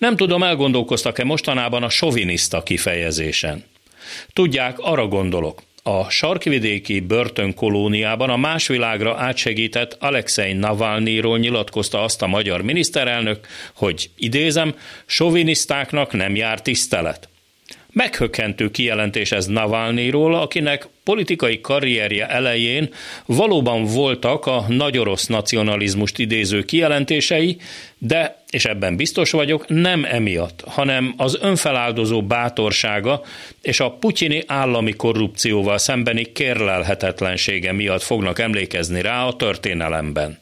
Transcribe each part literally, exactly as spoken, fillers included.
Nem tudom, elgondolkoztak-e mostanában a soviniszta kifejezésen. Tudják, arra gondolok. A sarkvidéki börtönkolóniában a más világra átsegített Alexei Navalnyról nyilatkozta azt a magyar miniszterelnök, hogy idézem, sovinisztáknak nem jár tisztelet. Meghökkentő kijelentés ez Navalnyról, akinek politikai karrierje elején valóban voltak a nagyorosz nacionalizmust idéző kijelentései, de, és ebben biztos vagyok, nem emiatt, hanem az önfeláldozó bátorsága és a putyini állami korrupcióval szembeni kérlelhetetlensége miatt fognak emlékezni rá a történelemben.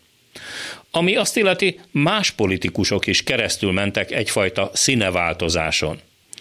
Ami azt illeti, más politikusok is keresztül mentek egyfajta színeváltozáson.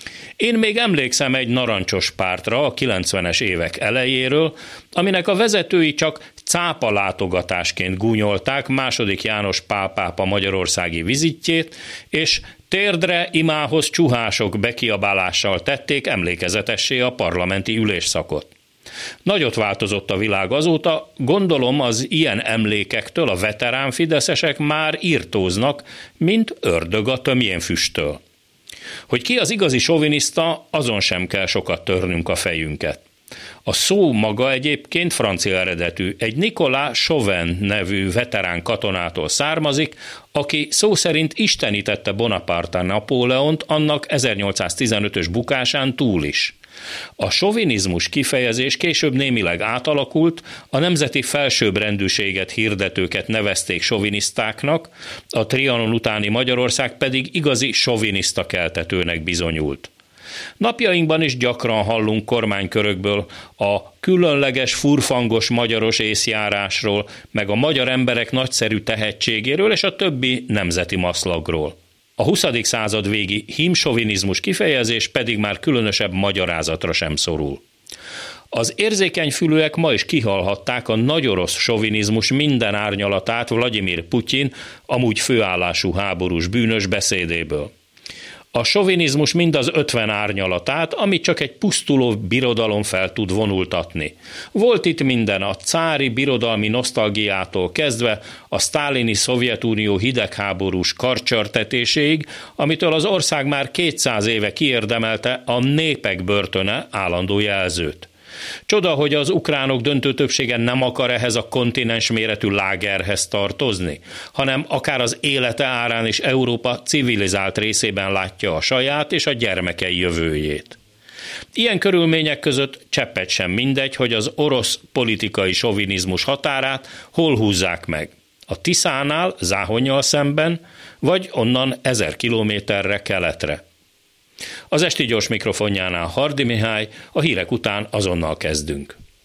Én még emlékszem egy narancsos pártra a kilencvenes évek elejéről, aminek a vezetői csak cápa látogatásként gúnyolták második János Pál pápa magyarországi vizitjét, és térdre imához csuhások bekiabálással tették emlékezetessé a parlamenti ülésszakot. Nagyot változott a világ azóta, gondolom az ilyen emlékektől a veterán fideszesek már írtóznak, mint ördög a tömjénfüsttől. Hogy ki az igazi soviniszta, azon sem kell sokat törnünk a fejünket. A szó maga egyébként francia eredetű, egy Nicolas Chauvin nevű veterán katonától származik, aki szó szerint istenítette Bonaparte Napóleont annak ezernyolcszáztizenötös bukásán túl is. A sovinizmus kifejezés később némileg átalakult, a nemzeti felsőbbrendűséget hirdetőket nevezték sovinisztáknak, a Trianon utáni Magyarország pedig igazi soviniszta keltetőnek bizonyult. Napjainkban is gyakran hallunk kormánykörökből a különleges, furfangos magyaros észjárásról, meg a magyar emberek nagyszerű tehetségéről és a többi nemzeti maszlagról. A huszadik század végi hímsovinizmus kifejezés pedig már különösebb magyarázatra sem szorul. Az érzékeny fülűek ma is kihallhatták a nagyorosz sovinizmus minden árnyalatát Vladimir Putyin, amúgy főállású háborús bűnös beszédéből. A sovinizmus mind az ötven árnyalatát, amit csak egy pusztuló birodalom fel tud vonultatni. Volt itt minden, a cári birodalmi nosztalgiától kezdve a sztálini Szovjetunió hidegháborús karcsörtetéséig, amitől az ország már kétszáz éve kiérdemelte a népek börtöne állandó jelzőt. Csoda, hogy az ukránok döntő többsége nem akar ehhez a kontinens méretű lágerhez tartozni, hanem akár az élete árán is Európa civilizált részében látja a saját és a gyermekei jövőjét. Ilyen körülmények között cseppet sem mindegy, hogy az orosz politikai sovinizmus határát hol húzzák meg. A Tiszánál, Záhonnyal szemben, vagy onnan ezer kilométerre keletre. Az esti gyors mikrofonjánál Hardy Mihály, a hírek után azonnal kezdünk.